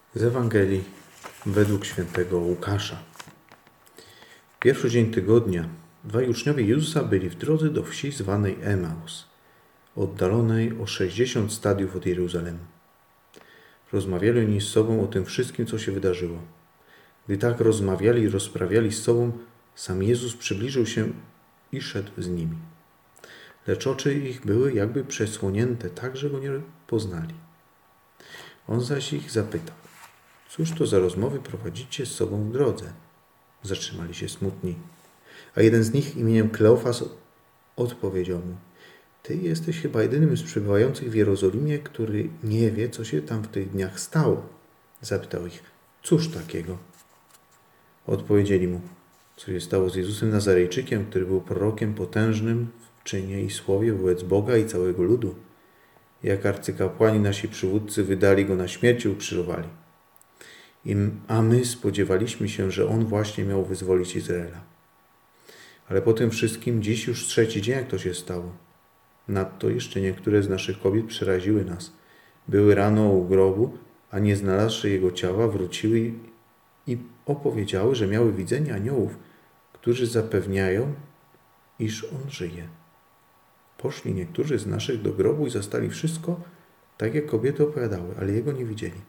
Z Ewangelii według świętego Łukasza. Pierwszy dzień tygodnia dwaj uczniowie Jezusa byli w drodze do wsi zwanej Emaus, oddalonej o 60 stadiów od Jeruzalemu. Rozmawiali oni z sobą o tym wszystkim, co się wydarzyło. Gdy tak rozmawiali i rozprawiali z sobą, sam Jezus przybliżył się i szedł z nimi. Lecz oczy ich były jakby przesłonięte, tak, że go nie poznali. On zaś ich zapytał: cóż to za rozmowy prowadzicie z sobą w drodze? Zatrzymali się smutni. A jeden z nich imieniem Kleofas odpowiedział mu: Ty jesteś chyba jedynym z przebywających w Jerozolimie, który nie wie, co się tam w tych dniach stało. Zapytał ich: cóż takiego? Odpowiedzieli mu: co się stało z Jezusem Nazarejczykiem, który był prorokiem potężnym w czynie i słowie wobec Boga i całego ludu. Jak arcykapłani nasi przywódcy wydali go na śmierć i ukrzyżowali. A my spodziewaliśmy się, że on właśnie miał wyzwolić Izraela. Ale po tym wszystkim dziś już trzeci dzień, jak to się stało. Nadto jeszcze niektóre z naszych kobiet przeraziły nas. Były rano u grobu, a nie znalazłszy jego ciała, wróciły i opowiedziały, że miały widzenie aniołów, którzy zapewniają, iż on żyje. Poszli niektórzy z naszych do grobu i zastali wszystko, tak jak kobiety opowiadały, ale jego nie widzieli.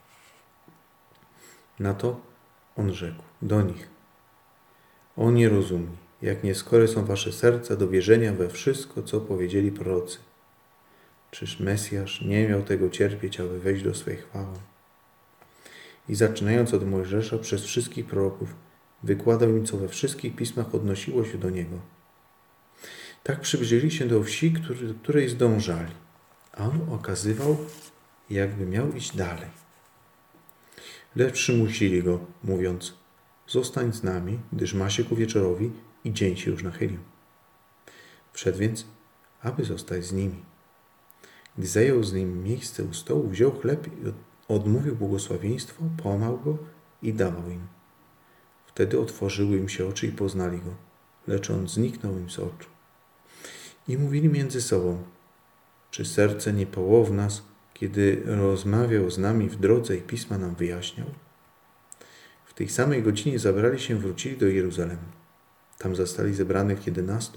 Na to on rzekł do nich: o nierozumni, jak nieskore są wasze serca do wierzenia we wszystko, co powiedzieli prorocy. Czyż Mesjasz nie miał tego cierpieć, aby wejść do swej chwały? I zaczynając od Mojżesza przez wszystkich proroków, wykładał im, co we wszystkich pismach odnosiło się do niego. Tak przybliżyli się do wsi, do której zdążali, a on okazywał, jakby miał iść dalej. Lecz przymusili go, mówiąc: zostań z nami, gdyż ma się ku wieczorowi i dzień się już nachylił. Wszedł więc, aby zostać z nimi. Gdy zajął z nim miejsce u stołu, wziął chleb i odmówił błogosławieństwo, połamał go i dawał im. Wtedy otworzyły im się oczy i poznali go, lecz on zniknął im z oczu. I mówili między sobą: czy serce nie pałało w nas, kiedy rozmawiał z nami w drodze i pisma nam wyjaśniał? W tej samej godzinie zabrali się, wrócili do Jeruzalemu. Tam zastali zebranych 11,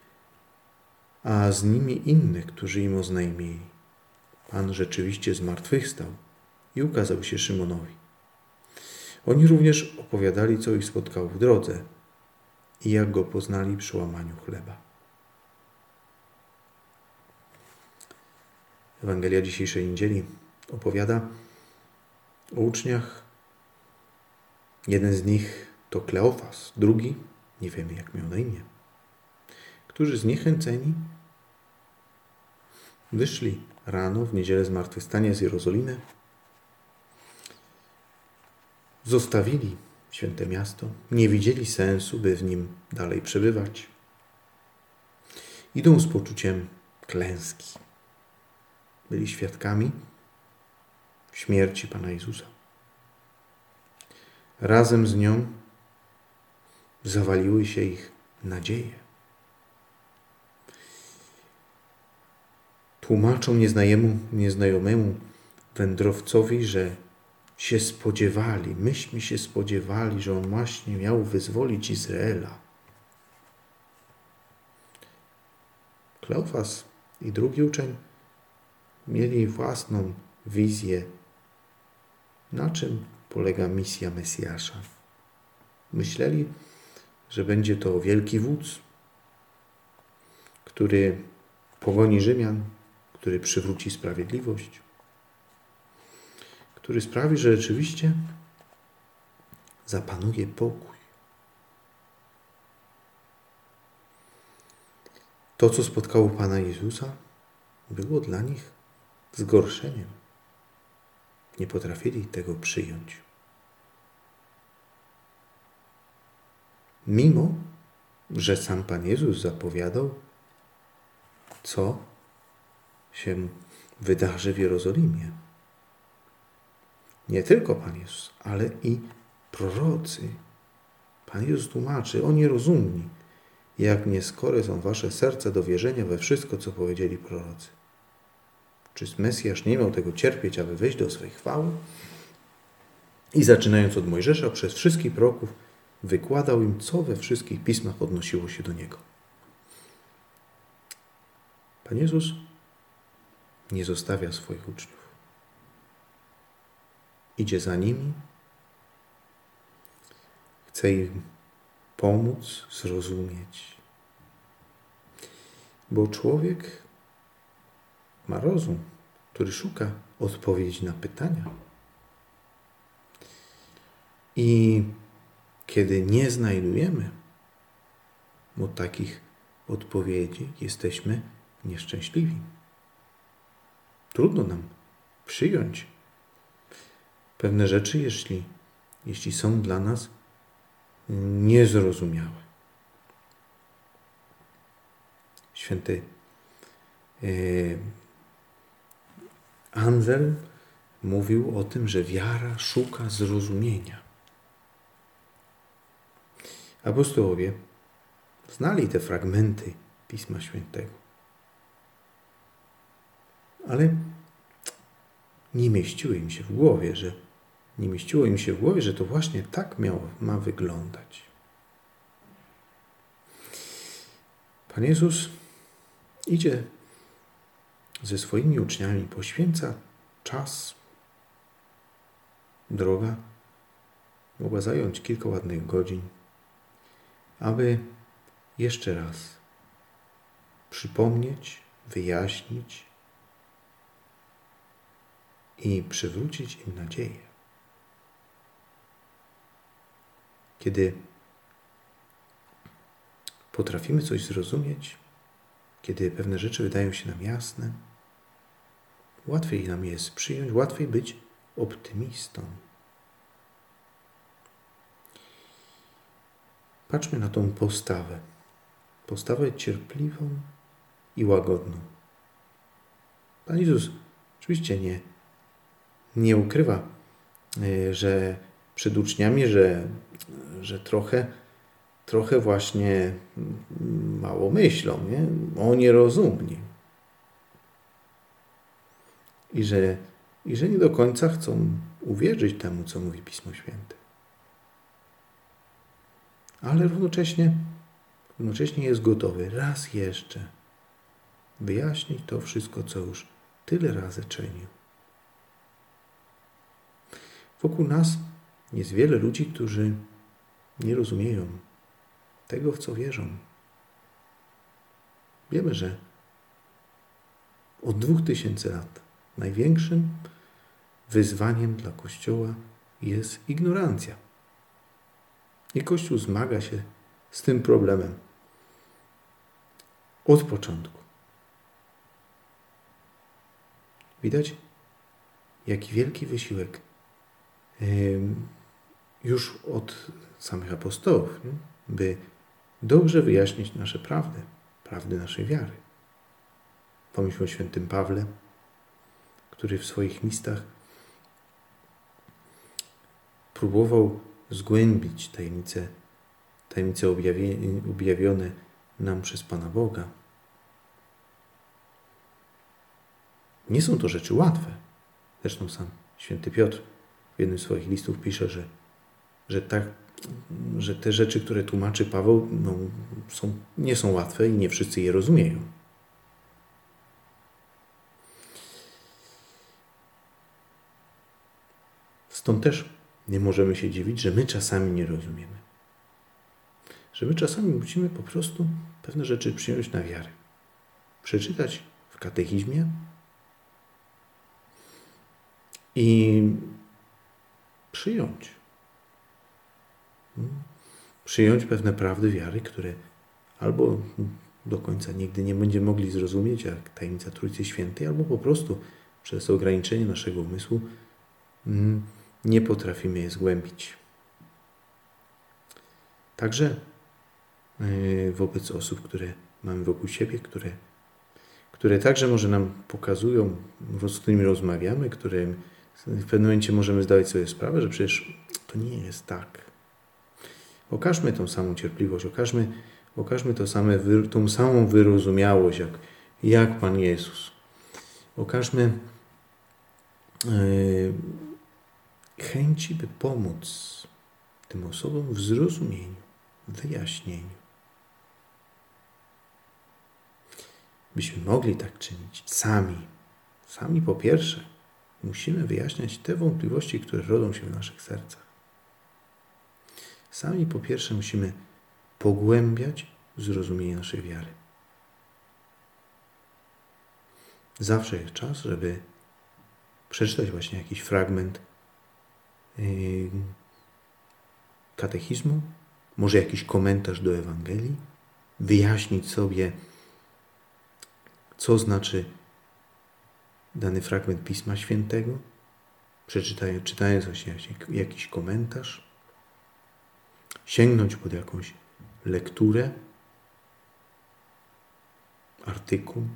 a z nimi innych, którzy im oznajmili: Pan rzeczywiście zmartwychwstał i ukazał się Szymonowi. Oni również opowiadali, co ich spotkało w drodze i jak go poznali przy łamaniu chleba. Ewangelia dzisiejszej niedzieli opowiada o uczniach. Jeden z nich to Kleofas, drugi nie wiemy, jak miał na imię, którzy zniechęceni wyszli rano w niedzielę zmartwychwstania z Jerozolimy, zostawili święte miasto, nie widzieli sensu, by w nim dalej przebywać. Idą z poczuciem klęski. Byli świadkami śmierci Pana Jezusa. Razem z nią zawaliły się ich nadzieje. Tłumaczą nieznajomemu wędrowcowi, że się spodziewali, myśmy się spodziewali, że on właśnie miał wyzwolić Izraela. Kleofas i drugi uczeń mieli własną wizję, na czym polega misja Mesjasza. Myśleli, że będzie to wielki wódz, który pogoni Rzymian, który przywróci sprawiedliwość, który sprawi, że rzeczywiście zapanuje pokój. To, co spotkało Pana Jezusa, było dla nich zgorszeniem. Nie potrafili tego przyjąć. Mimo że sam Pan Jezus zapowiadał, co się wydarzy w Jerozolimie. Nie tylko Pan Jezus, ale i prorocy. Pan Jezus tłumaczy: o nierozumni, jak nieskore są wasze serca do wierzenia we wszystko, co powiedzieli prorocy. Czy Mesjasz nie miał tego cierpieć, aby wejść do swej chwały? I zaczynając od Mojżesza, przez wszystkich proroków wykładał im, co we wszystkich pismach odnosiło się do Niego. Pan Jezus nie zostawia swoich uczniów. Idzie za nimi, chce im pomóc, zrozumieć. Bo człowiek ma rozum, który szuka odpowiedzi na pytania. I kiedy nie znajdujemy mu takich odpowiedzi, jesteśmy nieszczęśliwi. Trudno nam przyjąć pewne rzeczy, jeśli są dla nas niezrozumiałe. Święty Anselm mówił o tym, że wiara szuka zrozumienia. Apostołowie znali te fragmenty Pisma Świętego, ale nie mieściło im się w głowie, że to właśnie tak ma wyglądać. Pan Jezus idzie ze swoimi uczniami, poświęca czas. Droga mogła zająć kilka ładnych godzin, aby jeszcze raz przypomnieć, wyjaśnić i przywrócić im nadzieję. Kiedy potrafimy coś zrozumieć, kiedy pewne rzeczy wydają się nam jasne, łatwiej nam jest przyjąć, łatwiej być optymistą. Patrzmy na tą postawę cierpliwą i łagodną. Pan Jezus oczywiście nie ukrywa, że przed uczniami, że trochę właśnie mało myślą, nie? O nierozumni. I że nie do końca chcą uwierzyć temu, co mówi Pismo Święte. Ale równocześnie jest gotowy raz jeszcze wyjaśnić to wszystko, co już tyle razy czynił. Wokół nas jest wiele ludzi, którzy nie rozumieją tego, w co wierzą. Wiemy, że od 2000 lat największym wyzwaniem dla Kościoła jest ignorancja. I Kościół zmaga się z tym problemem od początku. Widać, jaki wielki wysiłek już od samych apostołów, by dobrze wyjaśnić nasze prawdy naszej wiary. Pomyślmy o świętym Pawle, który w swoich listach próbował zgłębić tajemnice objawione nam przez Pana Boga. Nie są to rzeczy łatwe. Zresztą sam święty Piotr w jednym z swoich listów pisze, że te rzeczy, które tłumaczy Paweł, nie są łatwe i nie wszyscy je rozumieją. Stąd też nie możemy się dziwić, że my czasami nie rozumiemy. Że my czasami musimy po prostu pewne rzeczy przyjąć na wiarę. Przeczytać w katechizmie i przyjąć pewne prawdy wiary, które albo do końca nigdy nie będziemy mogli zrozumieć, jak tajemnica Trójcy Świętej, albo po prostu przez ograniczenie naszego umysłu nie potrafimy je zgłębić. Także wobec osób, które mamy wokół siebie, które także może nam pokazują, z którymi rozmawiamy, które w pewnym momencie możemy zdawać sobie sprawę, że przecież to nie jest tak. Okażmy tą samą cierpliwość, okażmy tą samą wyrozumiałość, jak Pan Jezus. Okażmy chęci, by pomóc tym osobom w zrozumieniu, wyjaśnieniu. Byśmy mogli tak czynić sami. Sami po pierwsze musimy wyjaśniać te wątpliwości, które rodzą się w naszych sercach. Sami po pierwsze musimy pogłębiać zrozumienie naszej wiary. Zawsze jest czas, żeby przeczytać właśnie jakiś fragment katechizmu, może jakiś komentarz do Ewangelii, wyjaśnić sobie, co znaczy dany fragment Pisma Świętego, czytając właśnie jakiś komentarz, sięgnąć pod jakąś lekturę, artykuł.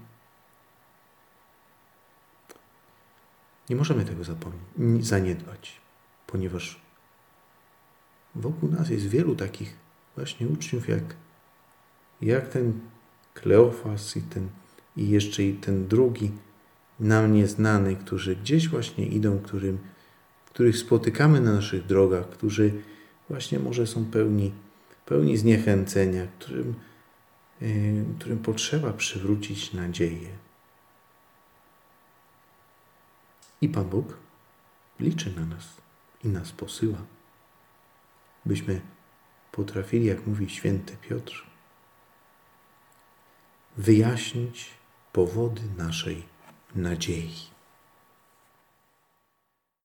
Nie możemy tego zaniedbać, ponieważ wokół nas jest wielu takich właśnie uczniów, jak ten Kleofas i jeszcze ten drugi, nam nieznany, którzy gdzieś właśnie idą, których spotykamy na naszych drogach, którzy właśnie może są pełni zniechęcenia, którym potrzeba przywrócić nadzieję. I Pan Bóg liczy na nas i nas posyła, byśmy potrafili, jak mówi święty Piotr, wyjaśnić powody naszej nadziei.